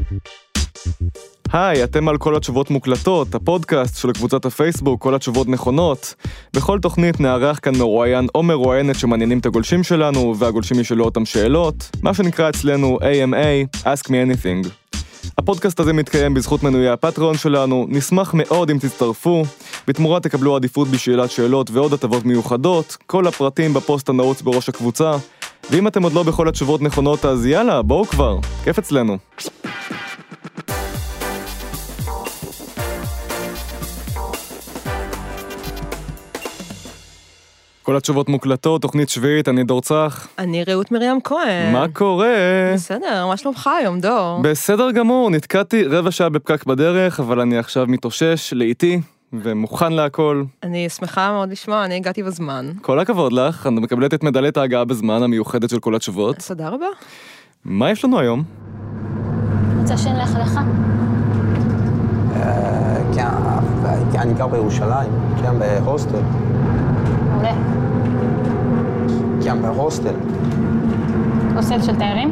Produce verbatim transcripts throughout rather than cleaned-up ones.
היי, אתם על כל התשובות מוקלטות, הפודקאסט של קבוצת הפייסבוק, כל התשובות נכונות. בכל תוכנית נערך כאן מרואיין או מרואיינת שמעניינים את הגולשים שלנו, והגולשים ישאלו אותם שאלות, מה שנקרא אצלנו A M A, Ask Me Anything. הפודקאסט הזה מתקיים בזכות מנויי הפטריון שלנו, נשמח מאוד אם תצטרפו, בתמורה תקבלו עדיפות בשאלת שאלות ועוד הטבות מיוחדות, כל הפרטים בפוסט הנעוץ בראש הקבוצה, ואם אתם עוד לא בכל התשובות נכונות אז יאללה, בואו כבר, כיף אצלנו. כל התשובות מוקלטות, תוכנית שביעית, אני דור צח. אני רעות מרים כהן. מה קורה? בסדר, מה שלומך היום, דור? בסדר גמור, נתקעתי רבע שעה בפקק בדרך, אבל אני עכשיו מתאושש לאיתי, ומוכן להכל. אני שמחה מאוד לשמוע, אני הגעתי בזמן. כל הכבוד לך, אני מקבלת את מדליית ההגעה בזמן המיוחדת של כל התשובות. תודה רבה. מה יש לנו היום? רוצה שנלך לך? כן, אני גר בירושלים, כן, בהוסטל. מעולה. כן, בהוסטל. הוסטל של תיירים?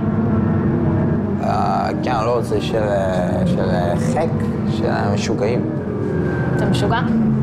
כן, לא, זה של חק, של משוגעים. אתה משוגע?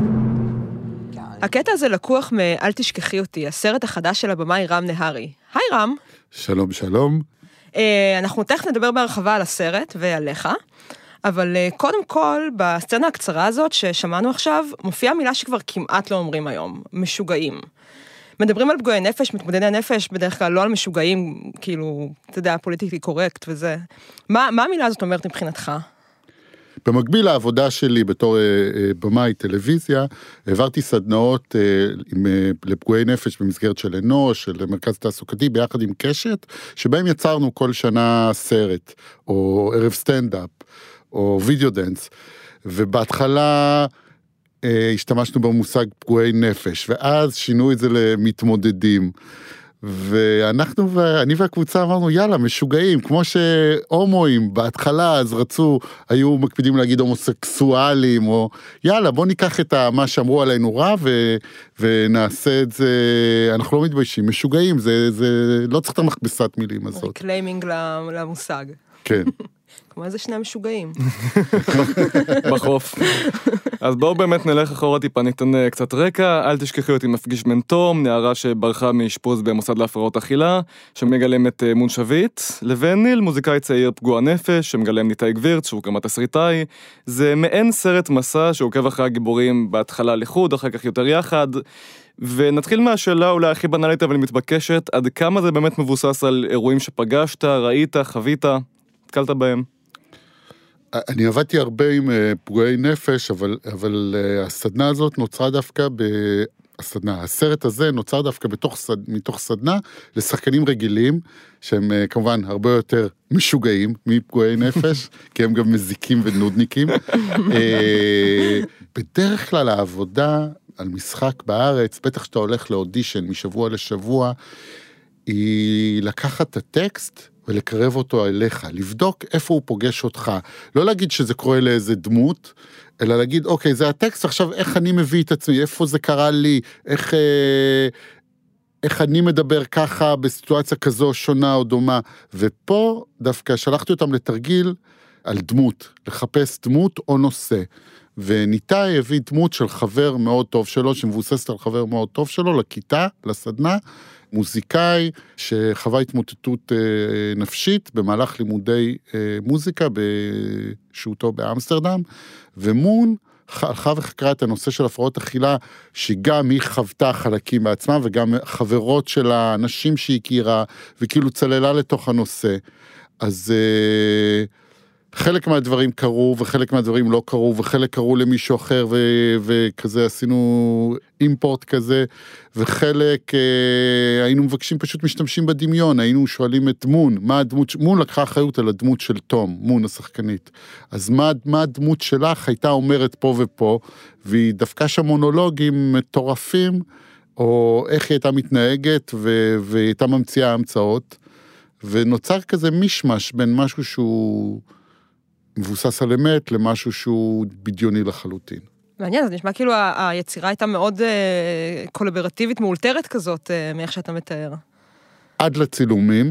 הקטע הזה לקוח מ"אל תשכחי אותי", הסרט החדש של הבמאי רם נהרי. היי רם. שלום, שלום. אנחנו תכף נדבר בהרחבה על הסרט ועליך, אבל קודם כל, בסצנה הקצרה הזאת ששמענו עכשיו, מופיעה מילה שכבר כמעט לא אומרים היום, משוגעים. מדברים על פגועי נפש, מתמודדי נפש, בדרך כלל לא על משוגעים, כאילו, אתה יודע, פוליטיקלי קורקט וזה. מה, מה המילה הזאת אומרת מבחינתך? במקביל לעבודה שלי בתור במאי טלוויזיה, העברתי סדנאות עם, לפגועי נפש במסגרת של אנוש, של מרכז תעסוקתי, ביחד עם קשת, שבהם יצרנו כל שנה סרט, או ערב סטנדאפ, או וידאו דנס, ובהתחלה אה, השתמשנו במושג פגועי נפש, ואז שינו את זה למתמודדים, ואנחנו, ואני והקבוצה אמרנו, יאללה, משוגעים, כמו שהומואים בהתחלה אז רצו, היו מקפידים להגיד הומוסקסואלים, או יאללה, בוא ניקח את מה שאמרו עלינו רע, ו, ונעשה את זה, אנחנו לא מתביישים, משוגעים, זה, זה לא צריך את המכבסת מילים הזאת. ריקליימינג למושג. כן. כמו איזה שני משוגעים. בחוף. אז בואו באמת נלך אחורה טיפה, ניתן קצת רקע. אל תשכחי אותי, מפגיש מנטום, נערה שברחה מאשפוז במוסד להפרעות אכילה, שמגלם את מון שביט, לבין ניל, מוזיקאי צעיר פגוע נפש, שמגלם ניתאי גבירץ, שהוא גם התסריטאי. זה מעין סרט מסע שעוקב אחרי הגיבורים בהתחלה לחוד, אחר כך יותר יחד. ונתחיל מהשאלה אולי הכי בנאלית אבל מתבקשת, עד כמה זה באמת מבוסס על אירועים שפגשת, ראית, חווית, התקלת בהם? אני עבדתי הרבה עם פגועי נפש, אבל, אבל הסדנה הזאת נוצרה דווקא ב... הסדנה, הסרט הזה נוצר דווקא בתוך סד... מתוך סדנה לשחקנים רגילים, שהם כמובן הרבה יותר משוגעים מפגועי נפש, כי הם גם מזיקים ונודניקים. בדרך כלל העבודה על משחק בארץ, בטח שאתה הולך לאודישן משבוע לשבוע, היא לקחת את הטקסט, ולקרב אותו אליך, לבדוק איפה הוא פוגש אותך, לא להגיד שזה קורה לאיזה דמות, אלא להגיד, אוקיי, זה הטקסט, עכשיו איך אני מביא את עצמי, איפה זה קרה לי, איך, אה, איך אני מדבר ככה בסיטואציה כזו שונה או דומה, ופה דווקא שלחתי אותם לתרגיל על דמות, לחפש דמות או נושא, וניתאי הביא דמות של חבר מאוד טוב שלו, שמבוססת על חבר מאוד טוב שלו, לכיתה, לסדנה, מוזיקאי שחווה התמוטטות נפשית במהלך לימודי מוזיקה בשהותו באמסטרדם, ומון הלכה וחקרה את הנושא של הפרעות אכילה, שגם היא חוותה חלקים בעצמה, וגם חברות של האנשים שהיא הכירה, וכאילו צללה לתוך הנושא. אז חלק מהדברים קרו, וחלק מהדברים לא קרו, וחלק קרו למישהו אחר, ו- וכזה עשינו אימפורט כזה, וחלק אה, היינו מבקשים, פשוט משתמשים בדמיון, היינו שואלים את מון, מה הדמות, מון לקחה אחריות על הדמות של תום, מון השחקנית, אז מה, מה הדמות שלך הייתה אומרת פה ופה, והיא דווקא שם מונולוגים מטורפים, או איך היא הייתה מתנהגת, ו- והיא הייתה ממציאה המצאות, ונוצר כזה משמש בין משהו שהוא מבוסס על אמת למשהו שהוא בדיוני לחלוטין. מעניין, אז נשמע כאילו היצירה הייתה מאוד קולברטיבית, מאולתרת כזאת, מאיך שאתה מתאר. עד לצילומים,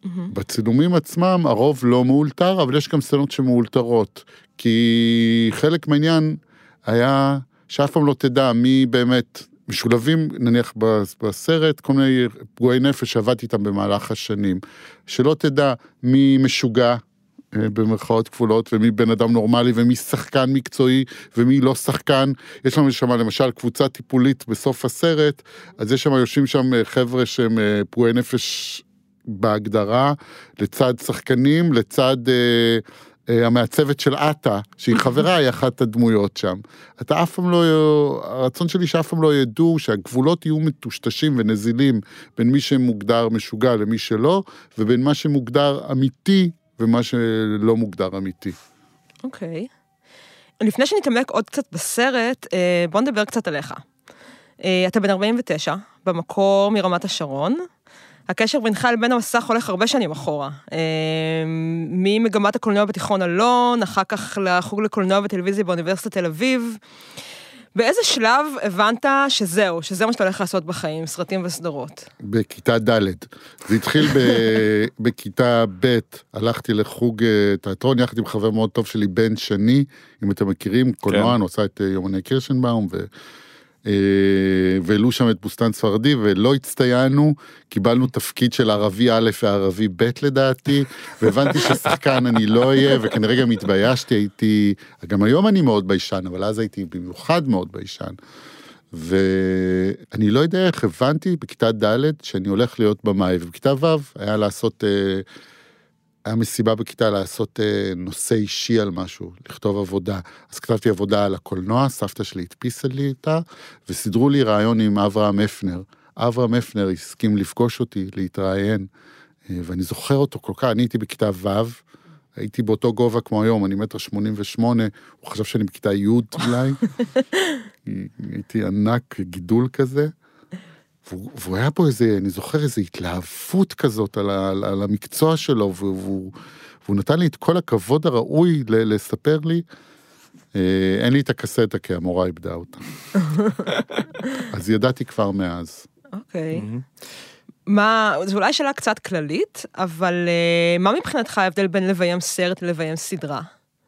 בצילומים עצמם הרוב לא מאולתר, אבל יש גם סצנות שמאולתרות, כי חלק מהעניין היה שאף פעם לא תדע מי באמת משולבים, נניח בסרט, כל מיני פגועי נפש שעבדתי איתם במהלך השנים, שלא תדע מי משוגע, במרכאות כפולות, ומי בן אדם נורמלי, ומי שחקן מקצועי, ומי לא שחקן. יש לנו שם למשל קבוצה טיפולית בסוף הסרט, אז יש שם, יושבים שם חבר'ה שהם פגועי נפש בהגדרה, לצד שחקנים, לצד אה, אה, המעצבת של אטה, שהיא חברה, היא אחת הדמויות שם. אתה אף פעם לא, הרצון שלי שאף פעם לא ידעו, שהגבולות יהיו מטושטשים ונזילים, בין מי שמוגדר משוגע למי שלא, ובין מה שמוגדר אמיתי, ומה שלא מוגדר אמיתי. אוקיי. לפני שנתעמק עוד קצת בסרט, בוא נדבר קצת עליך. אתה בן ארבעים ותשע, במקור מרמת השרון. הקשר בינך לבין המסך הולך הרבה שנים אחורה. ממגמת הקולנוע בתיכון אלון, אחר כך לחוג לקולנוע וטלוויזיה באוניברסיטת תל אביב. באיזה שלב הבנת שזהו, שזה מה שאתה הולך לעשות בחיים, סרטים וסדרות? בכיתה ד'. זה התחיל בכיתה ב', הלכתי לחוג תיאטרון, יחד עם חבר מאוד טוב שלי, בן שני, אם אתם מכירים, קולנוען, הוא עושה את יומני קירשנבאום, ו... והעלו שם את בוסטן ספרדי, ולא הצטיינו, קיבלנו תפקיד של ערבי א' וערבי ב' לדעתי, והבנתי ששחקן אני לא אהיה, וכנראה גם התביישתי, הייתי, גם היום אני מאוד ביישן, אבל אז הייתי במיוחד מאוד ביישן, ואני לא יודע איך הבנתי בכיתה ד' שאני הולך להיות במאי, ובכיתה ו' היה לעשות, היה מסיבה בכיתה לעשות נושא אישי על משהו, לכתוב עבודה. אז כתבתי עבודה על הקולנוע, סבתא שלי הדפיסה לי איתה, וסידרו לי רעיון עם אברהם אפנר. אברהם אפנר הסכים לפגוש אותי, להתראיין, ואני זוכר אותו כל כך, אני הייתי בכיתה ו', הייתי באותו גובה כמו היום, אני מטר שמונים ושמונה, הוא חשב שאני בכיתה י' אולי, הייתי ענק, גידול כזה, והוא היה פה איזה, אני זוכר איזו התלהבות כזאת על, על, על המקצוע שלו, והוא, והוא נתן לי את כל הכבוד הראוי לספר לי, אין לי את הקסטה כי המורה איבדה אותה. אז ידעתי כבר מאז. אוקיי. מה, זו אולי שאלה קצת כללית, אבל מה מבחינתך ההבדל בין לביים סרט ללביים סדרה?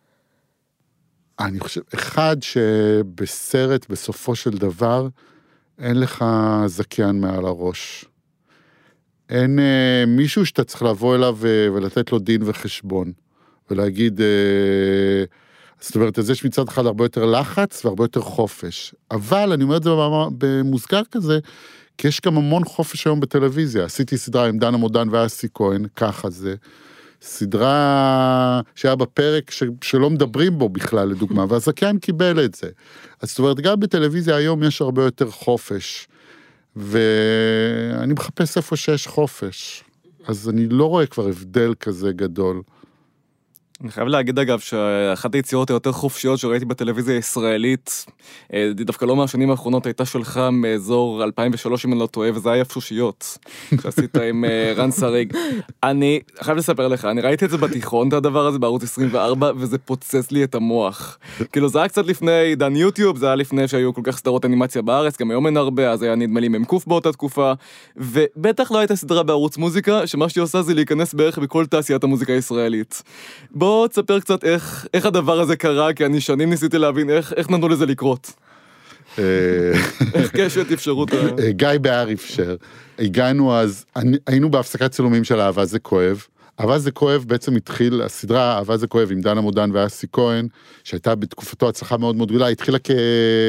אני חושב, אחד שבסרט בסופו של דבר, אין לך זקיין מעל הראש. אין אה, מישהו שאתה צריך לבוא אליו ו- ולתת לו דין וחשבון, ולהגיד, אה, זאת אומרת, אז יש מצד אחד הרבה יותר לחץ והרבה יותר חופש. אבל אני אומר את זה במוסגר כזה, כי יש גם המון חופש היום בטלוויזיה. עשיתי סדרה עם דנה מודן ואסי כהן, ככה זה. סדרה שהיה בפרק ש... שלא מדברים בו בכלל, לדוגמה, והזקיין קיבל את זה. אז זאת אומרת, גם בטלוויזיה היום יש הרבה יותר חופש, ואני מחפש איפה שיש חופש, אז אני לא רואה כבר הבדל כזה גדול. אני חייב להגיד אגב שאחת היצירות היותר חופשיות שראיתי בטלוויזיה הישראלית, דווקא לא מהשנים האחרונות, הייתה שלך מאזור אלפיים ושלוש אם אני לא טועה, וזה היה יפשושיות, שעשית עם רן שריג. אני חייב לספר לך, אני ראיתי את זה בתיכון, את הדבר הזה בערוץ עשרים וארבע, וזה פוצץ לי את המוח. כאילו זה היה קצת לפני עידן יוטיוב, זה היה לפני שהיו כל כך סדרות אנימציה בארץ, גם היום אין הרבה, אז היה נדמה לי ממקוף באותה תקופה, ובטח לא הייתה סדרה בערוץ מוזיקה, שמה שהיא עושה זה להיכנס בערך בכל תעשיית המוזיקה הישראלית. בוא תספר קצת איך, איך הדבר הזה קרה, כי אני שנים ניסיתי להבין איך, איך נתנו לזה לקרות. איך קשת אפשרות? גיא בהר אפשר. הגענו אז, היינו בהפסקת צילומים של אהבה זה כואב. אהבה זה כואב בעצם התחיל, הסדרה אהבה זה כואב עם דנה מודן ואסי כהן, שהייתה בתקופתו הצלחה מאוד מאוד גדולה, התחילה כ...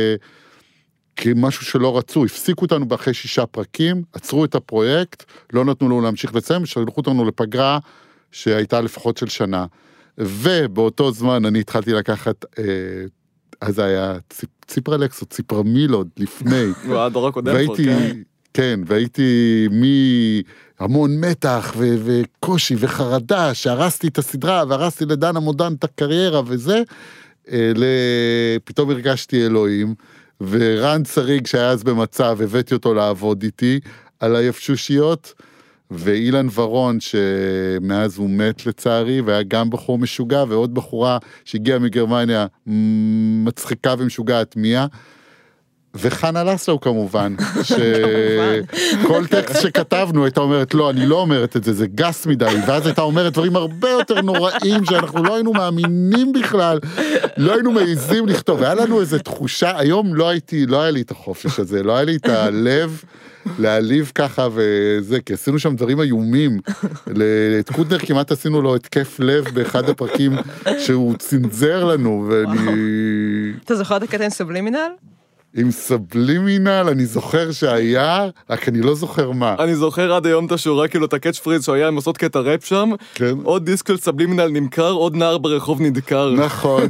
כמשהו שלא רצו, הפסיקו אותנו באחרי שישה פרקים, עצרו את הפרויקט, לא נתנו לנו להמשיך לצלם, שלחו אותנו לפגרה שהייתה לפחות של שנה. ובאותו זמן אני התחלתי לקחת, אה, אז היה ציפ, ציפרלקס או ציפרמילוד לפני. הוא הדור הקודם פה, כן. כן, והייתי מהמון מתח ו- וקושי וחרדה, שהרסתי את הסדרה והרסתי לדנה מודן את הקריירה וזה, אה, פתאום הרגשתי אלוהים, ורן שריג שהיה אז במצב, הבאתי אותו לעבוד איתי על היפשושיות, ואילן ורון, שמאז הוא מת לצערי, והיה גם בחור משוגע, ועוד בחורה שהגיעה מגרמניה, מצחיקה ומשוגעת מיה, וחנה לסלו כמובן, שכל טקסט שכתבנו הייתה אומרת, לא, אני לא אומרת את זה, זה גס מדי, ואז הייתה אומרת דברים הרבה יותר נוראים, שאנחנו לא היינו מאמינים בכלל, לא היינו מעיזים לכתוב, והיה לנו איזו תחושה, היום לא הייתי, לא היה לי את החופש הזה, לא היה לי את הלב, להעליב ככה וזה, כי עשינו שם דברים איומים, את קוטנר כמעט עשינו לו התקף לב באחד הפרקים שהוא צנזר לנו, ואני... אתה זוכר את הקטע עם סובלימינל? עם סובלימינל, אני זוכר שהיה, רק אני לא זוכר מה. אני זוכר עד היום את השורה, כאילו את הקאץ' פריז שהיה עם עושות קטע ראפ שם, כן. עוד דיסק של סובלימינל נמכר, עוד נער ברחוב נדקר. נכון.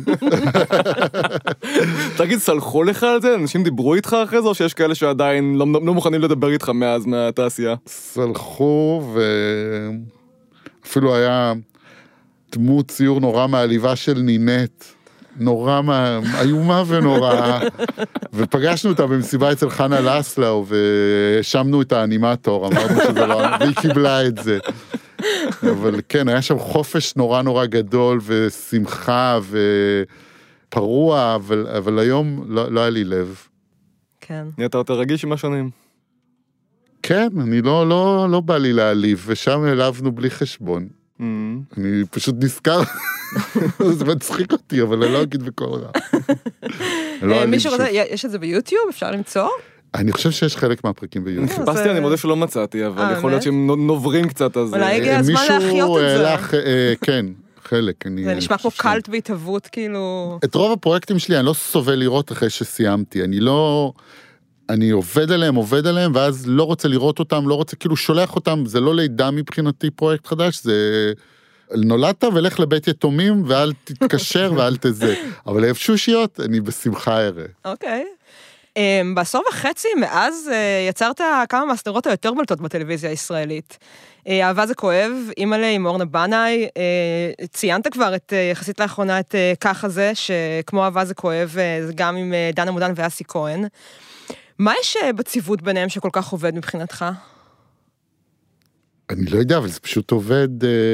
תגיד, סלחו לך על זה? אנשים דיברו איתך אחרי זה, או שיש כאלה שעדיין לא, לא מוכנים לדבר איתך מאז מהתעשייה? סלחו, ואפילו היה דמות ציור נורא מעליבה של נינט, נורא, איומה ונורא, ופגשנו אותה במסיבה אצל חנה לסלו, והשמנו את האנימטור, אמרנו שזה לא, והיא קיבלה את זה. אבל כן, היה שם חופש נורא נורא גדול, ושמחה, ופרוע, אבל, אבל היום לא, לא היה לי לב. כן. נהיית יותר רגיש עם השנים. כן, אני לא, לא, לא בא לי להעליב, ושם העלבנו בלי חשבון. אני פשוט נזכר, זה מצחיק אותי, אבל אני לא אגיד בכל רע. מישהו רוצה, יש את זה ביוטיוב? אפשר למצוא? אני חושב שיש חלק מהפרקים ביוטיוב. חיפשתי, אני מודה שלא מצאתי, אבל יכול להיות שהם נוברים קצת, אז... אולי הגיע הזמן להחיות את זה. כן, חלק. זה נשמע כמו קלט בהתהוות, כאילו... את רוב הפרויקטים שלי אני לא סובל לראות אחרי שסיימתי, אני לא... אני עובד עליהם, עובד עליהם, ואז לא רוצה לראות אותם, לא רוצה, כאילו שולח אותם, זה לא לידה מבחינתי פרויקט חדש, זה נולדת ולך לבית יתומים, ואל תתקשר ואל תזה. אבל לאהב שושיות, אני בשמחה אראה. אוקיי. בעשור וחצי, מאז יצרת כמה מהסדרות היותר בולטות בטלוויזיה הישראלית. אהבה זה כואב, אימא'לה עם אורנה בנאי, ציינת כבר את, יחסית לאחרונה את ככה זה, שכמו אהבה זה כואב, זה גם עם דנה מודן ואסי כהן. מה יש בציוות ביניהם שכל כך עובד מבחינתך? אני לא יודע, אבל זה פשוט עובד,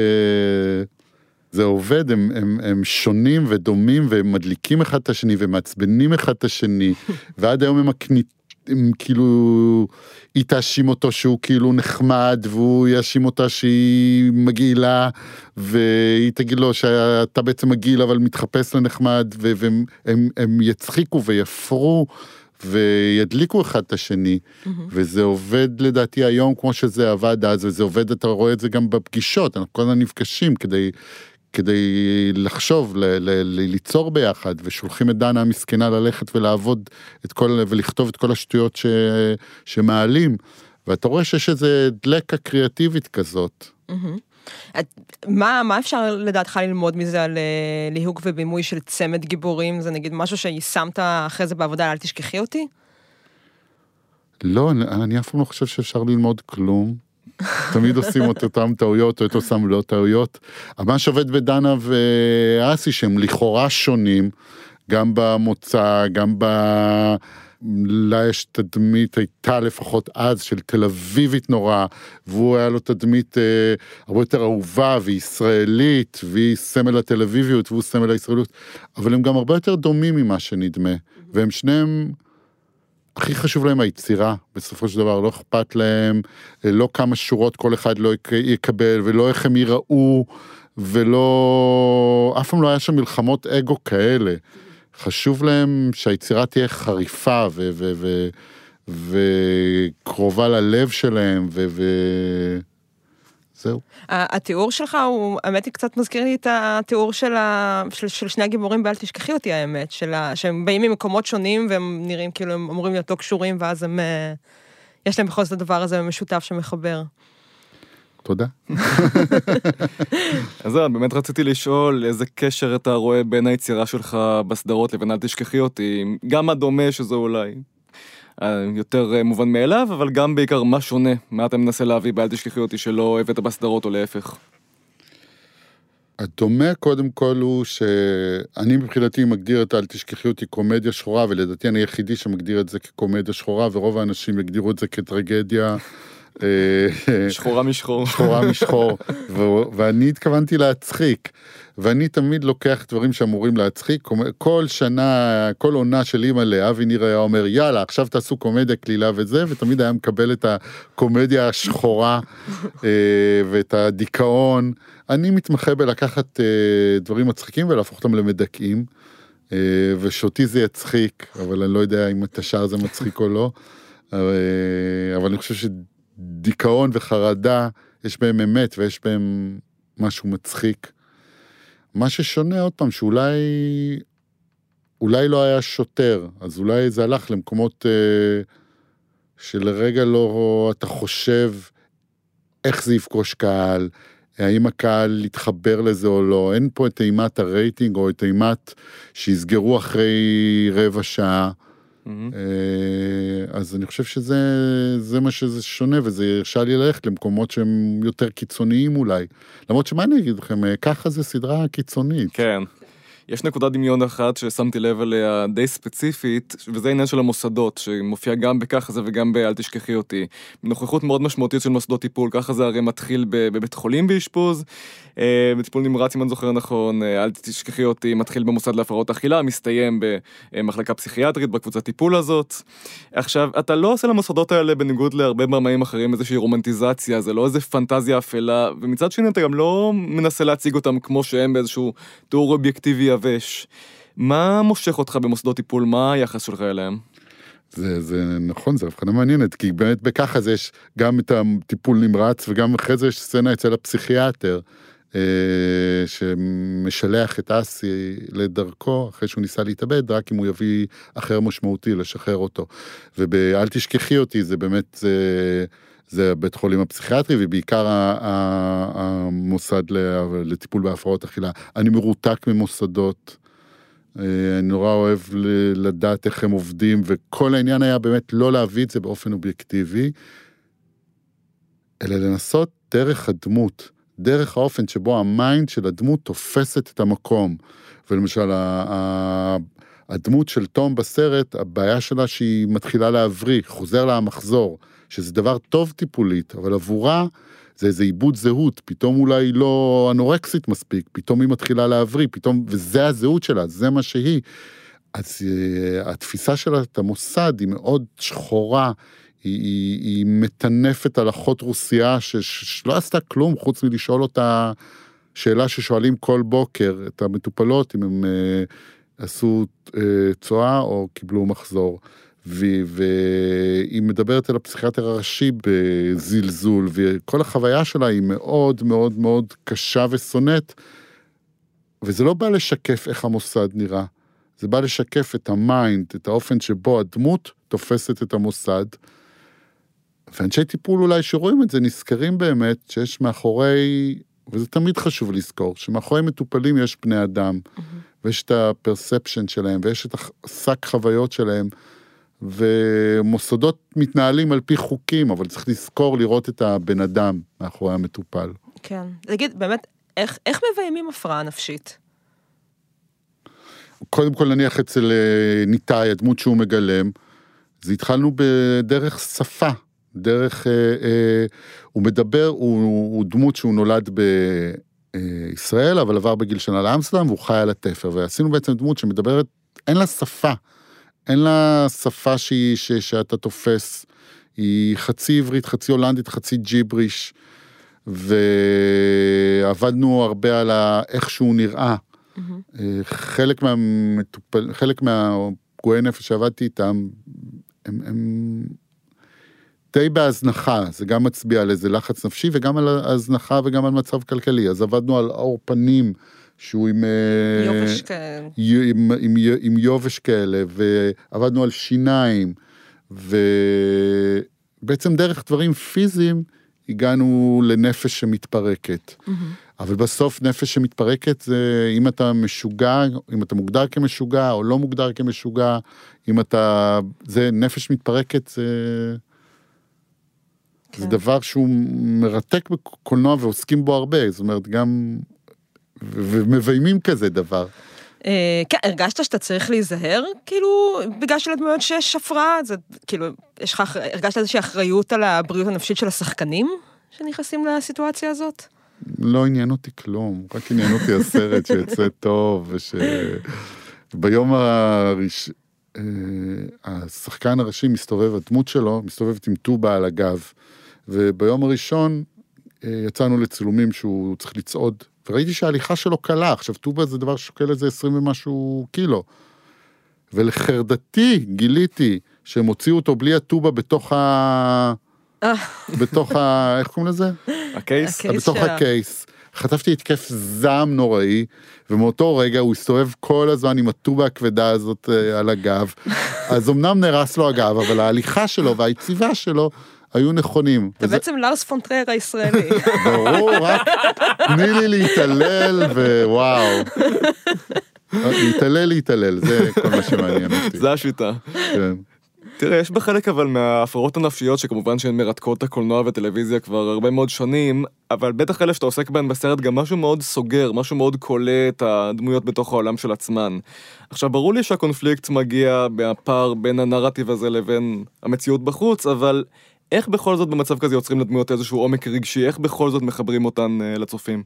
זה עובד, הם, הם, הם שונים ודומים, והם מדליקים אחד את השני, ומעצבנים אחד את השני, ועד היום הם, הקנית, הם כאילו, היא תאשים אותו שהוא כאילו נחמד, והוא יאשים אותה שהיא מגעילה, והיא תגיד לו שאתה בעצם מגעיל, אבל מתחפש לנחמד, והם הם, הם יצחיקו ויפרו, וידליקו אחד את השני, mm-hmm. וזה עובד לדעתי היום כמו שזה עבד אז, וזה עובד, אתה רואה את זה גם בפגישות, אנחנו כל הזמן נפגשים כדי, כדי לחשוב, ל, ל, ל, ליצור ביחד, ושולחים את דנה המסכנה ללכת ולעבוד את כל, ולכתוב את כל השטויות ש, שמעלים, ואתה רואה שיש איזה דלקה קריאטיבית כזאת. Mm-hmm. מה, מה אפשר לדעתך ללמוד מזה על ליהוק ובימוי של צמד גיבורים? זה נגיד משהו שיישמת אחרי זה בעבודה, אל תשכחי אותי? לא, אני, אני אף פעם לא חושב שאפשר ללמוד כלום. תמיד עושים את אותם טעויות, או את אותם לא טעויות. אבל מה שעובד בדנה ואסי, שהם לכאורה שונים, גם במוצא, גם ב... לה יש תדמית, הייתה לפחות אז, של תל אביבית נורא, והוא היה לו תדמית אה, הרבה יותר אהובה וישראלית, והיא סמל התל אביביות, והוא סמל הישראליות, אבל הם גם הרבה יותר דומים ממה שנדמה, והם שניהם, הכי חשוב להם היצירה, בסופו של דבר, לא אכפת להם, לא כמה שורות כל אחד לא יקבל, ולא איך הם ייראו, ולא, אף פעם לא היה שם מלחמות אגו כאלה, חשוב להם שהיצירה תהיה חריפה ו- ו- ו- וקרובה ללב שלהם וזהו. התיאור שלך הוא, האמת היא קצת מזכיר לי את התיאור של, ה... של, של שני הגיבורים באל תשכחי אותי האמת, של ה... שהם באים ממקומות שונים והם נראים כאילו הם אמורים להיות לא קשורים ואז הם, יש להם בכל זאת הדבר הזה משותף שמחבר. תודה. אז זהו, באמת רציתי לשאול איזה קשר אתה רואה בין היצירה שלך בסדרות לבין אל תשכחי אותי, גם הדומה שזה אולי יותר מובן מאליו, אבל גם בעיקר מה שונה, מה אתה מנסה להביא באל תשכחי אותי שלא הבאת בסדרות או להפך. הדומה קודם כל הוא שאני מבחינתי מגדיר את אל תשכחי אותי קומדיה שחורה, ולדעתי אני היחידי שמגדיר את זה כקומדיה שחורה, ורוב האנשים יגדירו את זה כטרגדיה שחורה משחור. שחורה משחור, ואני התכוונתי להצחיק, ואני תמיד לוקח דברים שאמורים להצחיק, כל שנה, כל עונה של אמא לאבי ניר היה אומר, יאללה, עכשיו תעשו קומדיה כלילה וזה, ותמיד היה מקבל את הקומדיה השחורה, ואת הדיכאון. אני מתמחה בלקחת דברים מצחיקים ולהפוך אותם למדכאים, ושותי זה יצחיק, אבל אני לא יודע אם את השאר זה מצחיק או לא, אבל אני חושב שדיכאון וחרדה, יש בהם אמת ויש בהם משהו מצחיק. מה ששונה עוד פעם, שאולי אולי לא היה שוטר, אז אולי זה הלך למקומות שלרגע לא אתה חושב איך זה יפגוש קהל, האם הקהל יתחבר לזה או לא, אין פה את אימת הרייטינג או את אימת שיסגרו אחרי רבע שעה, mm-hmm. אז אני חושב שזה זה מה שזה שונה, וזה הרשה לי ללכת למקומות שהם יותר קיצוניים אולי, למרות שמה אני אגיד לכם, ככה זה סדרה קיצונית. כן. יש נקודה דמיון אחת ששמתי לב עליה די ספציפית, וזה העניין של המוסדות, שמופיע גם בככה זה וגם באל תשכחי אותי. בנוכחות מאוד משמעותית של מוסדות טיפול, ככה זה הרי מתחיל בבית חולים באשפוז, בטיפול נמרץ אם אני זוכר נכון, אל תשכחי אותי, מתחיל במוסד להפרעות אכילה, מסתיים במחלקה פסיכיאטרית, בקבוצת טיפול הזאת. עכשיו, אתה לא עושה למוסדות האלה בניגוד להרבה במאים אחרים איזושהי רומנטיזציה, זה לא איזה פנטזיה אפלה, ומצד שני אתה גם לא מנסה להציג אותם כמו שהם באיזשהו תיאור אובייקטיבי יבש. מה מושך אותך במוסדות טיפול? מה היחס שלך אליהם? זה, זה נכון, זה הבחנה מעניינת, כי באמת בככה זה יש גם את הטיפול נמרץ, וגם אחרי זה יש סצנה אצל הפסיכיאטר, אה, שמשלח את אסי לדרכו, אחרי שהוא ניסה להתאבד, רק אם הוא יביא אחר משמעותי, לשחרר אותו. ובאל תשכחי אותי, זה באמת, זה, זה בית חולים הפסיכיאטרי, ובעיקר המוסד לטיפול בהפרעות אכילה. אני מרותק ממוסדות, אני נורא אוהב לדעת איך הם עובדים, וכל העניין היה באמת לא להביא את זה באופן אובייקטיבי, אלא לנסות דרך הדמות, דרך האופן שבו המיינד של הדמות תופסת את המקום. ולמשל, הדמות של תום בסרט, הבעיה שלה שהיא מתחילה להבריא, חוזר לה המחזור, שזה דבר טוב טיפולית, אבל עבורה זה איזה עיבוד זהות, פתאום אולי היא לא אנורקסית מספיק, פתאום היא מתחילה להבריא, פתאום, וזה הזהות שלה, זה מה שהיא. אז התפיסה שלה, את המוסד, היא מאוד שחורה, היא, היא, היא מטנפת על אחות רוסיה, שלא עשתה כלום, חוץ מלשאול אותה שאלה ששואלים כל בוקר, את המטופלות, אם הם עשו צועה או קיבלו מחזור. והיא מדברת על הפסיכיאטר הראשי בזלזול, וכל החוויה שלה היא מאוד מאוד מאוד קשה ושונאת, וזה לא בא לשקף איך המוסד נראה, זה בא לשקף את המיינד, את האופן שבו הדמות תופסת את המוסד, ואנשי טיפול אולי שרואים את זה, נזכרים באמת שיש מאחורי, וזה תמיד חשוב לזכור, שמאחורי מטופלים יש בני אדם, mm-hmm. ויש את הפרספשן שלהם, ויש את השק חוויות שלהם, ומוסדות מתנהלים על פי חוקים, אבל צריך לזכור לראות את הבן אדם מאחורי המטופל. כן. תגיד, באמת, איך, איך מביימים הפרעה נפשית? קודם כל נניח אצל ניתאי, הדמות שהוא מגלם, זה התחלנו בדרך שפה, דרך, אה, אה, הוא מדבר, הוא, הוא דמות שהוא נולד בישראל, אבל עבר בגיל שנה לאמסטרדם, והוא חי על התפר, ועשינו בעצם דמות שמדברת, אין לה שפה, אין לה שפה שהיא, ש, שאתה תופס, היא חצי עברית, חצי הולנדית, חצי ג'יבריש, ועבדנו הרבה על איך שהוא נראה. Mm-hmm. חלק מהמטופל, חלק מהפגועי נפש שעבדתי איתם, הם, הם די בהזנחה, זה גם מצביע על איזה לחץ נפשי, וגם על הזנחה וגם על מצב כלכלי, אז עבדנו על אור פנים, שהוא עם יובש כאלה, עם, עם, עם יובש כאלה, ועבדנו על שיניים, ובעצם דרך דברים פיזיים, הגענו לנפש שמתפרקת. Mm-hmm. אבל בסוף נפש שמתפרקת, זה אם אתה משוגע, אם אתה מוגדר כמשוגע, או לא מוגדר כמשוגע, אם אתה, זה נפש מתפרקת, זה, כן. זה דבר שהוא מרתק בקולנוע, ועוסקים בו הרבה, זאת אומרת, גם, ומביימים כזה דבר. כן, הרגשת שאתה צריך להיזהר, כאילו, בגלל שלדמויות שיש הפרעה, זה כאילו, יש לך, הרגשת איזושהי אחריות על הבריאות הנפשית של השחקנים שנכנסים לסיטואציה הזאת? לא עניין אותי כלום, רק עניין אותי הסרט שיצא טוב, ושביום הראש... השחקן הראשי מסתובב, הדמות שלו מסתובבת עם טובה על הגב, וביום הראשון יצאנו לצילומים שהוא צריך לצעוד, וראיתי שההליכה שלו קלה, עכשיו טובה זה דבר ששוקל איזה עשרים ומשהו קילו, ולחרדתי גיליתי שהם הוציאו אותו בלי הטובה בתוך ה... בתוך ה... איך קוראים לזה? הקייס? בתוך הקייס. חטפתי התקף זעם נוראי, ומאותו רגע הוא הסתובב כל הזמן עם הטובה הכבדה הזאת על הגב, אז אמנם נרס לו הגב, אבל ההליכה שלו והיציבה שלו היו נכונים. אתה בעצם לארס פון טרייר הישראלי. ברור, רק תני לי להתעלל, ווואו. להתעלל, להתעלל, זה כל מה שמעניין אותי. זה השיטה. כן. תראה, יש בחלק אבל מההפרעות הנפשיות, שכמובן שהן מרתקות הקולנוע וטלוויזיה כבר הרבה מאוד שנים, אבל בטח אלה שאתה עוסק בהן בסרט גם משהו מאוד סוגר, משהו מאוד קולה את הדמויות בתוך העולם של עצמן. עכשיו, ברור לי שהקונפליקט מגיע מהפער בין הנרטיב הזה לבין המציאות בחוץ, אבל איך בכל זאת במצב כזה יוצרים לדמויות איזשהו עומק רגשי? איך בכל זאת מחברים אותן uh, לצופים?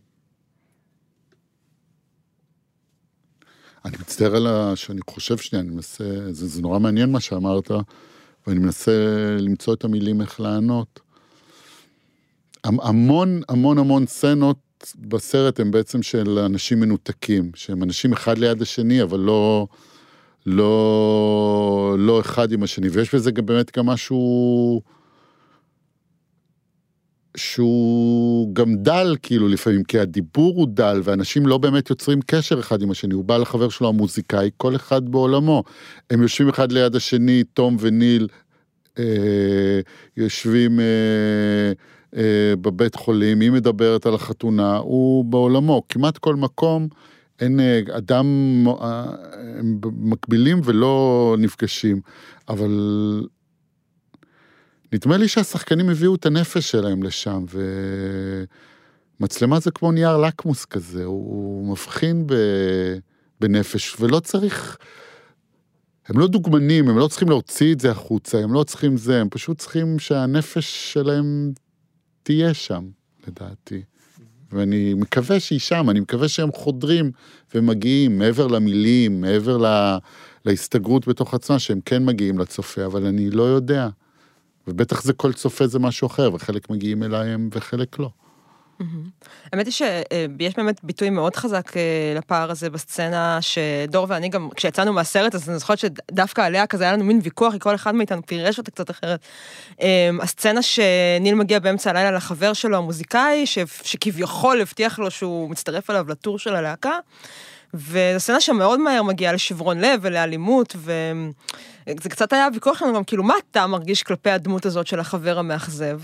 אני מצטער על ה... שאני חושב שנייה, אני מנסה... זה, זה נורא מעניין מה שאמרת, ואני מנסה למצוא את המילים איך לענות. המון, המון, המון סצנות בסרט הם בעצם של אנשים מנותקים, שהם אנשים אחד ליד השני, אבל לא, לא, לא אחד עם השני. ויש בזה גם באמת גם משהו... שהוא גם דל כאילו לפעמים, כי הדיבור הוא דל, ואנשים לא באמת יוצרים קשר אחד עם השני, הוא בא לחבר שלו המוזיקאי, כל אחד בעולמו, הם יושבים אחד ליד השני, תום וניל, אה, יושבים אה, אה, בבית חולים, היא מדברת על החתונה, הוא בעולמו, כמעט כל מקום, אין אדם, הם מקבילים ולא נפגשים, אבל... נדמה לי שהשחקנים הביאו את הנפש שלהם לשם, ומצלמה זה כמו נייר לקמוס כזה, הוא מבחין בנפש, ולא צריך, הם לא דוגמנים, הם לא צריכים להוציא את זה החוצה, הם לא צריכים זה, הם פשוט צריכים שהנפש שלהם תהיה שם, לדעתי. ואני מקווה שהיא שם, אני מקווה שהם חודרים ומגיעים, מעבר למילים, מעבר לה, להסתגרות בתוך עצמה, שהם כן מגיעים לצופה, אבל אני לא יודע. ובטח זה כל צופה זה משהו אחר, וחלק מגיעים אליהם וחלק לא. האמת היא שיש באמת ביטוי מאוד חזק לפער הזה בסצנה, שדור ואני גם, כשיצאנו מהסרט, אז אני זוכרת שדווקא עליה כזה היה לנו מין ויכוח, כי כל אחד מאיתנו פירש אותה קצת אחרת. הסצנה שניל מגיע באמצע הלילה לחבר שלו, המוזיקאי, שכביכול הבטיח לו שהוא מצטרף אליו לטור של הלהקה, וזו סצנה שמאוד מהר מגיעה לשברון לב ולאלימות, וזה קצת היה ויכוח שלנו גם, כאילו, מה אתה מרגיש כלפי הדמות הזאת של החבר המאכזב?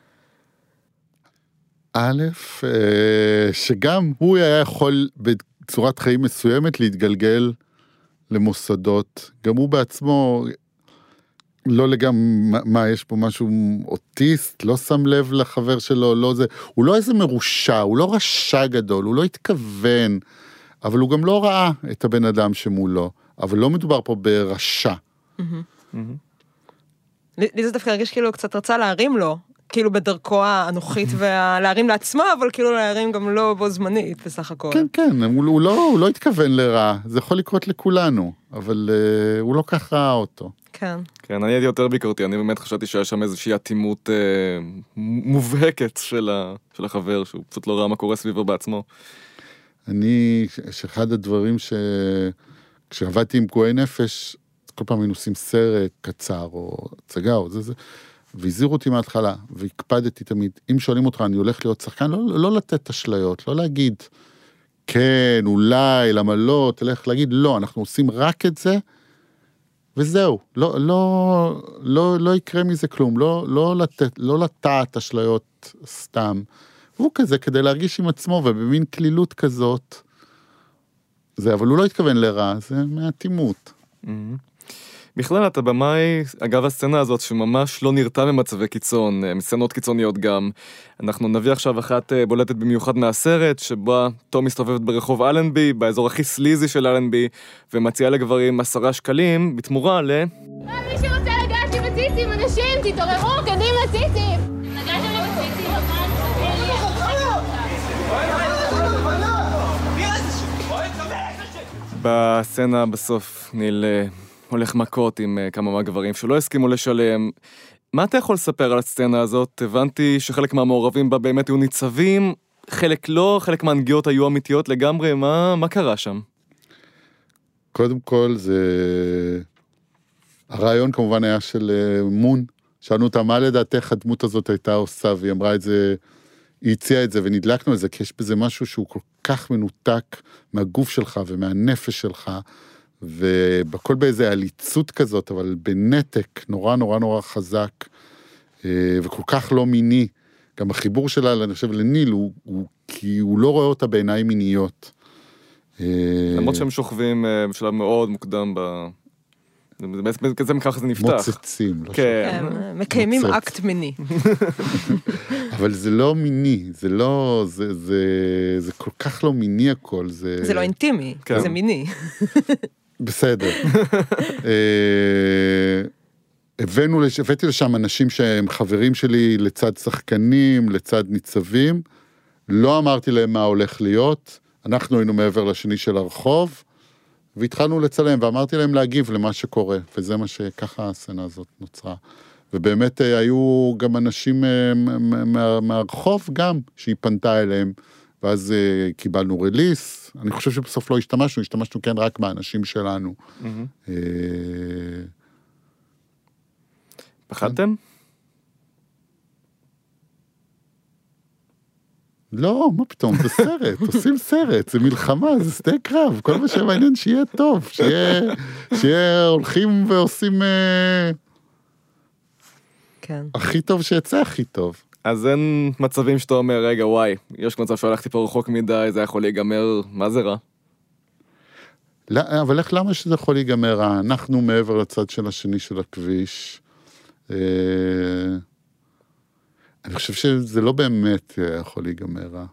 א', שגם הוא היה יכול בצורת חיים מסוימת להתגלגל למוסדות, גם הוא בעצמו, לא לגמרי, מה, יש פה משהו אוטיסט, לא שם לב לחבר שלו, לא זה, הוא לא איזה מרושע, הוא לא רשע גדול, הוא לא התכוון, אבל הוא גם לא ראה את הבן אדם שמולו, אבל לא מדובר פה ברשע. לי זה דווקא הרגיש כאילו קצת רצה להרים לו, כאילו בדרכו האנוכית, ולהרים לעצמו, אבל כאילו להרים גם לא בו זמנית בסך הכל. כן, כן, הוא לא, הוא לא התכוון לרע, זה יכול לקרות לכולנו, אבל uh, הוא לא כך ראה אותו. כן. כן, אני הייתי יותר ביקורתי, אני באמת חשבתי שהיה שם איזושהי אטימות אה, מובהקת של, ה, של החבר, שהוא פשוט לא ראה מה קורה סביבו בעצמו. אני, שאחד הדברים ש... כשעבדתי עם פגועי נפש, כל פעם היינו עושים סרט קצר, או צגה, או זה זה, והזהירו אותי מההתחלה, והקפדתי תמיד, אם שואלים אותך, אני הולך להיות שחקן, לא, לא לתת אשליות, לא להגיד, כן, אולי, למה לא, תלך להגיד, לא, אנחנו עושים רק את זה, וזהו, לא, לא, לא, לא יקרה מזה כלום, לא, לא לתת, לא לטעת אשליות סתם, והוא כזה, כדי להרגיש עם עצמו, ובמין כלילות כזאת, זה, אבל הוא לא התכוון לרע, זה מהתימות. בכלל אתה במאי, אגב הסצנה הזאת שממש לא נרתע ממצבי קיצון, מסצנות קיצוניות גם. אנחנו נביא עכשיו אחת בולטת במיוחד מהסרט, שבה תום מסתובבת ברחוב אלנבי, באזור הכי סליזי של אלנבי, ומציעה לגברים עשרה שקלים, בתמורה ל... מי שרוצה לגעת לי בציצים, אנשים, תתעוררו, קדימה ציצים! נגעתם לי בציצים, בסצנה בסוף ניל הולך מכות עם כמה מהגברים שלא הסכימו לשלם. מה אתה יכול לספר על הסצנה הזאת? הבנתי שחלק מהמעורבים בה באמת היו ניצבים, חלק לא, חלק מהנגיעות היו אמיתיות לגמרי. מה, מה קרה שם? קודם כל זה... הרעיון כמובן היה של מון. שאלנו אותה, מה לדעתך הדמות הזאת הייתה עושה, והיא אמרה את זה, היא הציעה את זה, ונדלקנו על זה, כי יש בזה משהו שהוא כל כך מנותק מהגוף שלך ומהנפש שלך, ובכל באיזה עליצות כזאת, אבל בנתק נורא נורא נורא חזק, וכל כך לא מיני. גם החיבור שלה, אני חושב, לניל, הוא, הוא, כי הוא לא רואה אותה בעיניים מיניות. למרות שהם שוכבים בשלב מאוד מוקדם ב... כזה מכך זה נפתח. מוצצים. כן. מקיימים אקט מיני. אבל זה לא מיני, זה לא, זה, זה, זה כל כך לא מיני הכל. זה, זה לא אינטימי, זה מיני. בסדר. הבאנו, הבאתי לשם אנשים שהם חברים שלי לצד שחקנים, לצד ניצבים. לא אמרתי להם מה הולך להיות. אנחנו היינו מעבר לשני של הרחוב. והתחלנו לצלם, ואמרתי להם להגיב למה שקורה, וזה מה שככה הסצנה הזאת נוצרה. ובאמת היו גם אנשים מה, מהרחוב גם, שהיא פנתה אליהם, ואז קיבלנו רליס. אני חושב שבסוף לא השתמשנו, השתמשנו כן רק באנשים שלנו. Mm-hmm. פחדתם? לא, מה פתאום, זה סרט, עושים סרט, זה מלחמה, זה שדה קרב, כל מה שמעניין שיהיה טוב, שיהיה, שיהיה הולכים ועושים כן. הכי טוב שיצא הכי טוב. אז אין מצבים שאתה אומר, רגע, וואי, יש מצב שהלכתי פה רחוק מדי, זה יכול להיגמר, מה זה רע? לא, אבל איך, למה שזה יכול להיגמר רע? אנחנו מעבר לצד של השני של הכביש, אני חושב שזה לא באמת יכול להיגמר רע.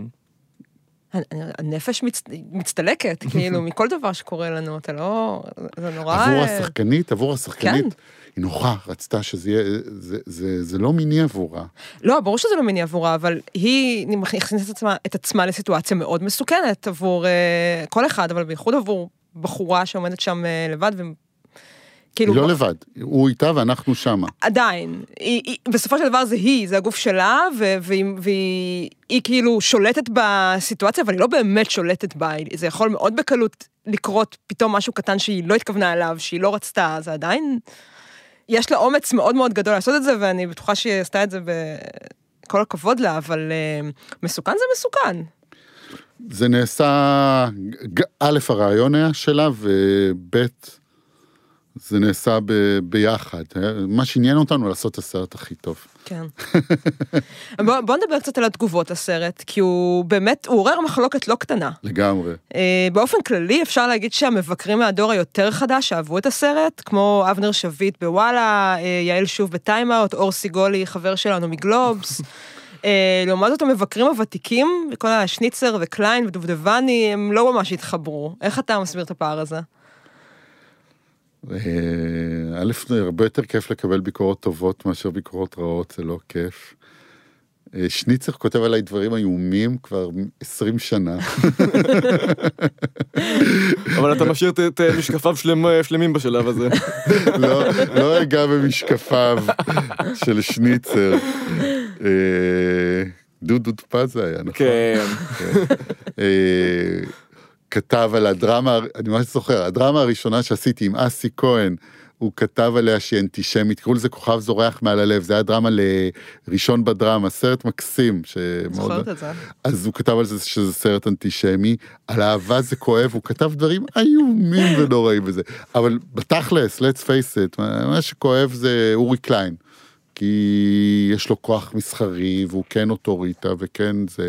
הנפש מצטלקת, כאילו, מכל דבר שקורה לנו, אתה לא... זה נורא... עבור השחקנית, עבור השחקנית, היא נורא רצתה שזה יהיה... זה לא מיני עבורה. לא, ברור שזה לא מיני עבורה, אבל היא מכניסת את עצמה לסיטואציה מאוד מסוכנת עבור כל אחד, אבל בייחוד עבור בחורה שעומדת שם לבד ו... היא לא לבד, הוא איתה ואנחנו שמה. עדיין, בסופו של דבר זה היא, זה הגוף שלה, והיא כאילו שולטת בסיטואציה, אבל היא לא באמת שולטת בה, זה יכול מאוד בקלות לקרות פתאום משהו קטן שהיא לא התכוונה אליו, שהיא לא רצתה, זה עדיין, יש לה אומץ מאוד מאוד גדול לעשות את זה, ואני בטוחה שהיא עשתה את זה בכל הכבוד לה, אבל מסוכן זה מסוכן. זה נעשה, א' הרעיון היה שלה, וב' זה נעשה ב- ביחד. מה שעניין אותנו לעשות את הסרט הכי טוב. כן. בוא, בוא נדבר קצת על התגובות לסרט, כי הוא באמת, הוא עורר מחלוקת לא קטנה. לגמרי. באופן כללי אפשר להגיד שהמבקרים מהדור היותר חדש אהבו את הסרט, כמו אבנר שביט בוואלה, יעל שוב בטיימאוט, אור סיגולי, חבר שלנו מגלובס. לעומת זאת המבקרים הוותיקים, כל השניצר וקליין ודובדבני, הם לא ממש התחברו. איך אתה מסביר את הפער הזה? א', הרבה יותר כיף לקבל ביקורות טובות מאשר ביקורות רעות, זה לא כיף. שניצר כותב עליי דברים איומים כבר עשרים שנה. אבל אתה משאיר את משקפיו שלמים בשלב הזה. לא הגע במשקפיו של שניצר. דודוד פז היה, נכון? כן. כתב על הדרמה, אני ממש זוכר, הדרמה הראשונה שעשיתי עם אסי כהן, הוא כתב עליה שהיא אנטישמית, קראו לזה כוכב זורח מעל הלב, זה היה דרמה לראשון בדרמה, סרט מקסים. זוכרת את זה. אז הוא כתב על זה שזה סרט אנטישמי, על אהבה זה כואב, הוא כתב דברים איומים ונוראים בזה, אבל בתכלס, let's face it, מה שכואב זה אורי קליין, כי יש לו כוח מסחרי, והוא כן אוטוריטה, וכן זה...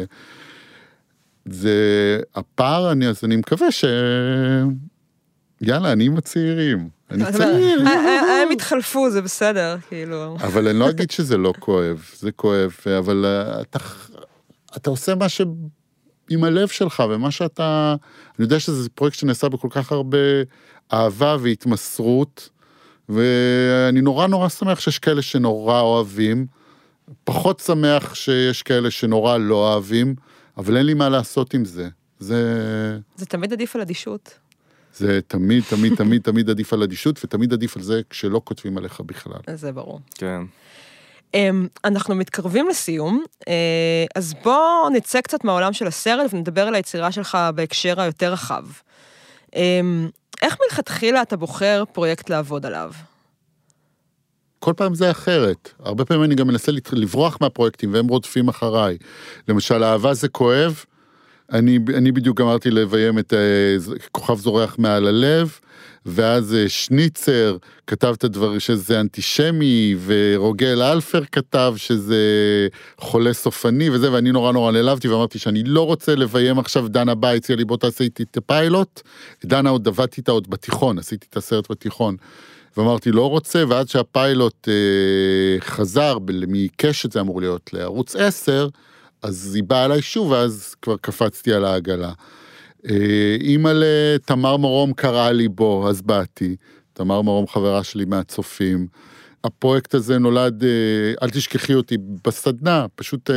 זה הפער, אני, אז אני מקווה ש... יאללה, אני עם הצעירים. אני צעיר. הם התחלפו, זה בסדר, כאילו. אבל אני לא אגיד שזה לא כואב, זה כואב, אבל אתה, אתה עושה מה ש... עם הלב שלך, ומה שאתה... אני יודע שזה פרויקט שנעשה בכל כך הרבה אהבה והתמסרות, ואני נורא נורא שמח שיש כאלה שנורא אוהבים, פחות שמח שיש כאלה שנורא לא אוהבים, אבל אין לי מה לעשות עם זה. זה... זה תמיד עדיף על אדישות. זה תמיד, תמיד, תמיד, תמיד עדיף על אדישות, ותמיד עדיף על זה כשלא כותבים עליך בכלל. זה ברור. כן. אנחנו מתקרבים לסיום, אז בוא נצא קצת מהעולם של הסרט, ונדבר על היצירה שלך בהקשר היותר רחב. איך מלכתחילה אתה בוחר פרויקט לעבוד עליו? כל פעם זה אחרת. הרבה פעמים אני גם מנסה לברוח מהפרויקטים, והם רודפים אחריי. למשל, אהבה זה כואב, אני, אני בדיוק אמרתי לביים את כוכב זורח מעל הלב, ואז שניצר כתב את הדבר שזה אנטישמי, ורוגל אלפר כתב שזה חולה סופני וזה, ואני נורא נורא נעלבתי ואמרתי שאני לא רוצה לביים עכשיו. דנה בא, הציעה לי בוא תעשה איתי את הפיילוט, דנה עוד דבדתי איתה עוד בתיכון, עשיתי את הסרט בתיכון, ואמרתי לא רוצה, ועד שהפיילוט אה, חזר, מקשת זה אמור להיות לערוץ עשר, אז היא באה אליי שוב, ואז כבר קפצתי על העגלה. אימא לתמר מרום קרא לי בו, אז באתי. תמר מרום חברה שלי מהצופים. הפרויקט הזה נולד, אל תשכחי אותי, בסדנה, פשוט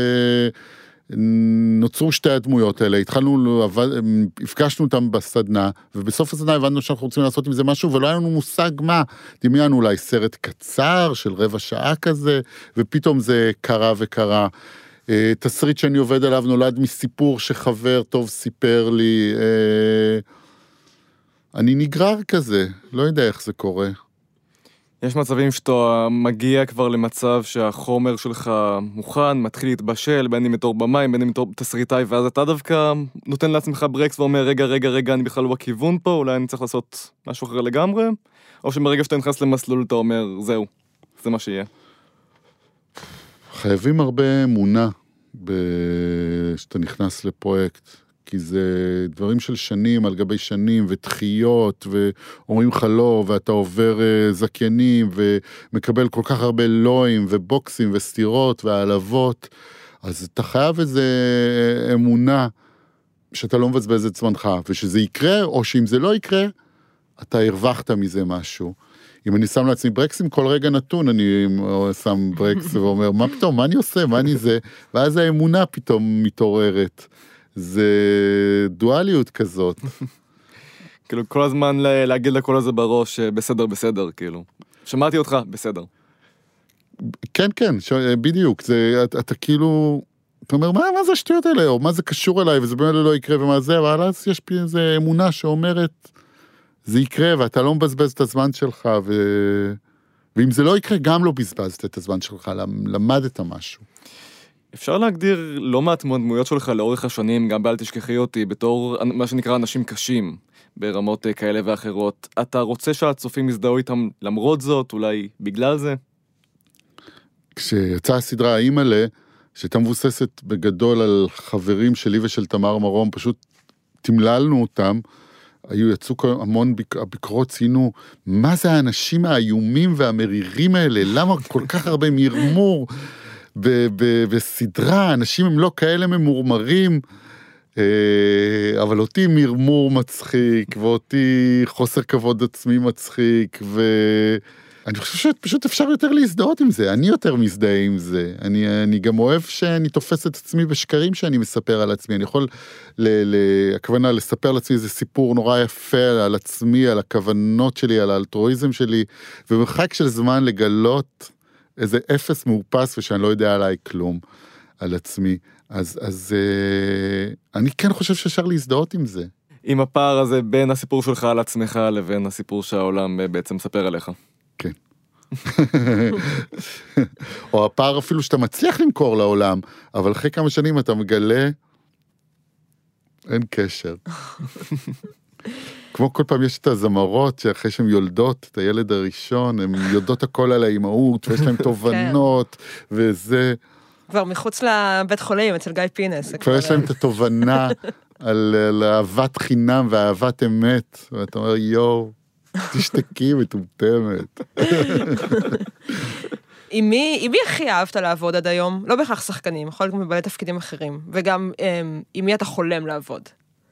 נוצרו שתי הדמויות האלה. התחלנו, הפגשנו אותם בסדנה, ובסוף הסדנה הבנו שאנחנו רוצים לעשות עם זה משהו, ולא היה לנו מושג מה. דמיינו אולי סרט קצר של רבע שעה כזה, ופתאום זה קרה וקרה. תסריט שאני עובד עליו נולד מסיפור שחבר טוב סיפר לי, אני נגרר כזה, לא יודע איך זה קורה. יש מצבים שאתה מגיע כבר למצב שהחומר שלך מוכן, מתחיל להתבשל, בין אם בתור במים, בין אם בתור תסריטאי, ואז אתה דווקא נותן לעצמך ברקס ואומר, רגע, רגע, רגע, אני בכלל לא בכיוון פה, אולי אני צריך לעשות משהו אחר לגמרי, או שברגע שאתה נכנס למסלול אתה אומר, זהו, זה מה שיהיה. חייבים הרבה אמונה שאתה נכנס לפרויקט, כי זה דברים של שנים על גבי שנים, ודחיות, ואומרים לך לא, ואתה עובר זכיינים, ומקבל כל כך הרבה לואים, ובוקסים, וסתירות, והעלבות, אז אתה חייב איזו אמונה, שאתה לא מבזבז את זמנך, ושזה יקרה, או שאם זה לא יקרה, אתה הרווחת מזה משהו. אם אני שם לעצמי ברקסים, כל רגע נתון, אני שם ברקס ואומר, מה פתאום, מה אני עושה, מה אני זה, ואז האמונה פתאום מתעוררת. זה דואליות כזאת. כאילו, כל הזמן להגיד לקול הזה בראש, בסדר, בסדר, כאילו. שמעתי אותך, בסדר. כן, כן, בדיוק, זה, אתה, אתה כאילו, אתה אומר, מה, מה זה השטויות האלה, או מה זה קשור אליי, וזה באמת לא יקרה, ומה זה, אבל אז יש פה איזו אמונה שאומרת, זה יקרה, ואתה לא מבזבז את הזמן שלך, ו... ואם זה לא יקרה, גם לא בזבזת את הזמן שלך, למדת משהו. אפשר להגדיר לא מעט דמויות שלך לאורך השנים, גם באל תשכחי אותי, בתור מה שנקרא אנשים קשים, ברמות כאלה ואחרות. אתה רוצה שהצופים יזדהו איתם למרות זאת, אולי בגלל זה? כשיצאה הסדרה האימאלה, שהייתה מבוססת בגדול על חברים שלי ושל תמר מרום, פשוט תמללנו אותם, היו יצאו המון הביקורות, ציינו, מה זה האנשים האיומים והמרירים האלה? למה כל כך הרבה מרמור בסדרה? אנשים הם לא כאלה ממורמרים, אבל אותי מרמור מצחיק, ואותי חוסר כבוד עצמי מצחיק, ואני חושב שפשוט אפשר יותר להזדהות עם זה, אני יותר מזדהה עם זה, אני, אני גם אוהב שאני תופס את עצמי בשקרים שאני מספר על עצמי, אני יכול, ל, ל, הכוונה לספר על עצמי איזה סיפור נורא יפה על עצמי, על הכוונות שלי, על האלטרואיזם שלי, ובמרחק של זמן לגלות איזה אפס מאופס ושאני לא יודע עליי כלום על עצמי, אז, אז אה, אני כן חושב שאפשר להזדהות עם זה. עם הפער הזה בין הסיפור שלך על עצמך לבין הסיפור שהעולם בעצם מספר עליך. כן. או הפער אפילו שאתה מצליח למכור לעולם, אבל אחרי כמה שנים אתה מגלה, אין קשר. כמו כל פעם יש את הזמרות שאחרי שהן יולדות, את הילד הראשון, הן יודעות הכל על האימהות, ויש להן תובנות, וזה... כבר מחוץ לבית חולים, אצל גיא פינס. כבר יש להם את התובנה על אהבת חינם ואהבת אמת, ואתה אומר, יו, תשתקי מטומטמת. עם מי, עם מי הכי אהבת לעבוד עד היום? לא בהכרח שחקנים, יכול להיות גם בבעלי תפקידים אחרים. וגם עם מי אתה חולם לעבוד?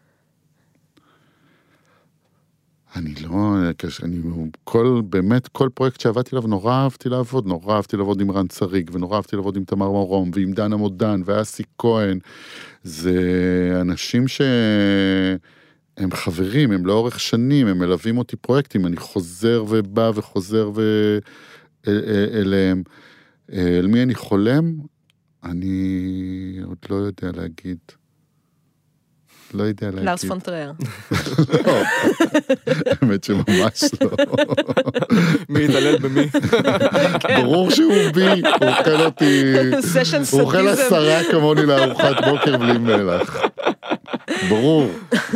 אני לא, אני, כל, באמת, כל פרויקט שעבדתי עליו, נורא אהבתי לעבוד, נורא אהבתי לעבוד עם רן צריג, ונורא אהבתי לעבוד עם תמר מרום, ועם דנה מודן, ואסי כהן. זה אנשים שהם חברים, הם לאורך שנים, הם מלווים אותי פרויקטים, אני חוזר ובא וחוזר ו... אליהם. אל מי אני חולם? אני עוד לא יודע להגיד. לא יודע להגיד. לארס פון טרייר. לא, האמת שממש לא. מי יתעלל במי? ברור שהוא בי, הוא אוכל אותי, הוא אוכל עשרה כמוני לארוחת בוקר בלי מלח. ברור.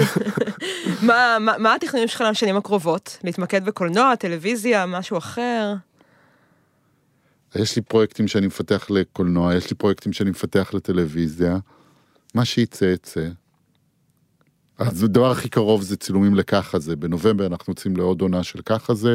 מה התכנונים שלך לשנים הקרובות? להתמקד בקולנוע, טלוויזיה, משהו אחר? יש לי פרויקטים שאני מפתח לקולנוע, יש לי פרויקטים שאני מפתח לטלוויזיה, מה שיצא, יצא. אז הדבר הכי קרוב זה צילומים לככה זה, בנובמבר אנחנו יוצאים לעוד עונה של ככה זה,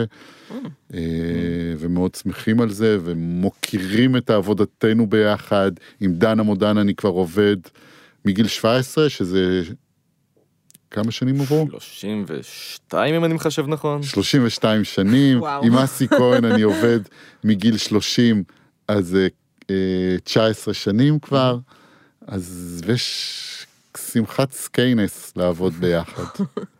ומאוד שמחים על זה, ומוקירים את העבודתנו ביחד, עם דנה מודן אני כבר עובד מגיל שבע עשרה, שזה כמה שנים עברו? שלושים ושתיים אם אני מחשב נכון. שלושים ושתיים שנים, עם אסי כהן אני עובד מגיל שלושים, אז תשע עשרה שנים כבר, אז יש שמחת סקיינס לעבוד ביחד.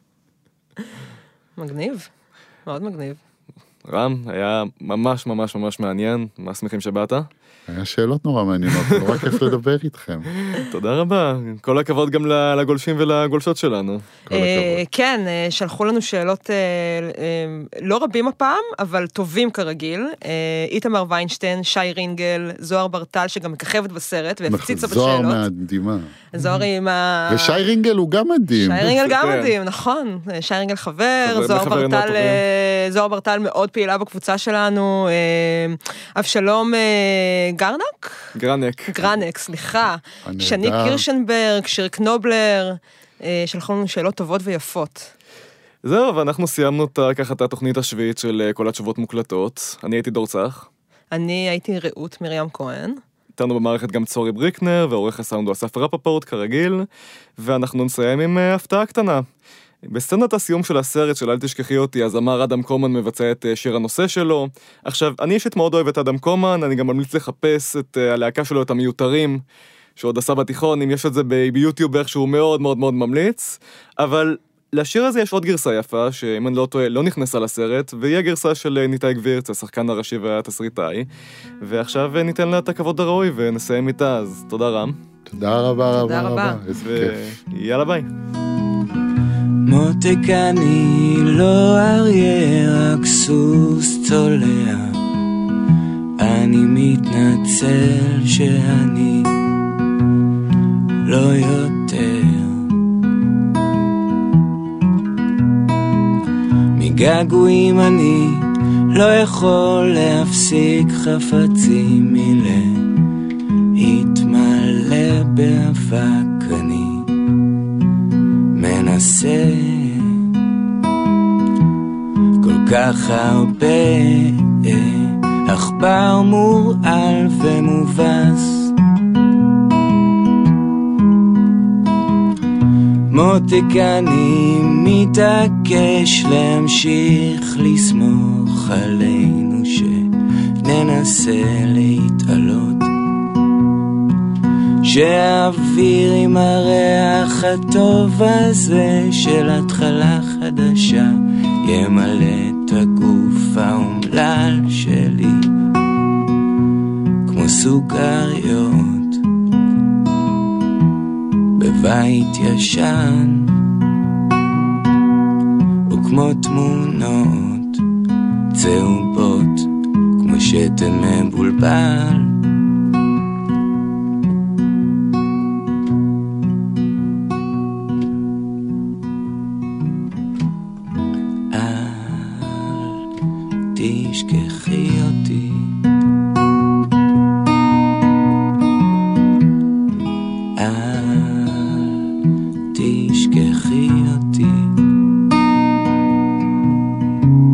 מגניב, מאוד מגניב. רם, היה ממש ממש ממש מעניין, מה שמחים שבאת? היה שאלות נורא מעניינות, נורא כיף לדבר איתכם. תודה רבה, כל הכבוד גם לגולשים ולגולשות שלנו. כן, שלחו לנו שאלות לא רבים הפעם, אבל טובים כרגיל. איתמר ויינשטיין, שי רינגל, זוהר ברטל, שגם מככבת בסרט, והפציצה בשאלות. זוהר מהדימה. זוהר עם ה... ושי רינגל הוא גם מדהים. שי רינגל גם מדהים, נכון. שי רינגל חבר, זוהר ברטל מאוד פעילה בקבוצה שלנו. אבשלום גרנק? גרנק. גרנק, סליחה. שני קירשנברג, שיר קנובלר, שלחו לנו שאלות טובות ויפות. זהו, ואנחנו סיימנו ככה את התוכנית השביעית של כל התשובות מוקלטות. אני הייתי דור צח. אני הייתי רעות מרים כהן. איתנו במערכת גם צורי בריקנר, ועורך הסאונד הוא אסף רפפורט כרגיל, ואנחנו נסיים עם הפתעה קטנה. בסצנת הסיום של הסרט של אל תשכחי אותי, הזמר אדם קומן מבצע את שיר הנושא שלו. עכשיו, אני אישית מאוד אוהב את אדם קומן, אני גם ממליץ לחפש את הלהקה שלו, את המיותרים, שעוד עשה בתיכון, אם יש את זה ביוטיוב איך שהוא מאוד מאוד מאוד ממליץ, אבל לשיר הזה יש עוד גרסה יפה, שאם אני לא טועה, לא נכנסה לסרט, והיא הגרסה של ניתאי גבירץ, השחקן הראשי והתסריטאי, ועכשיו ניתן לה את הכבוד הראוי ונסיים איתה, אז תודה רם. תודה רבה רבה רבה, איזה כיף. יאללה ביי. מותק אני לא אריה, רק סוס צולע, אני מתנצל שאני לא יותר. מגעגועים אני לא יכול להפסיק חפצים מלהתמלא באבק, אני מנסה כל כך הרבה, עכבר מורעל ומובס, מותק אני מתעקש להמשיך לסמוך עלינו שננסה להתעלות, שהאוויר עם הריח הטוב הזה של התחלה חדשה ימלא את הגוף האומלל שלי כמו סוכריות בבית ישן, וכמו תמונות צהובות כמו שתן מבולבל. תשכחי אותי, אל תשכחי אותי,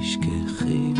תשכחי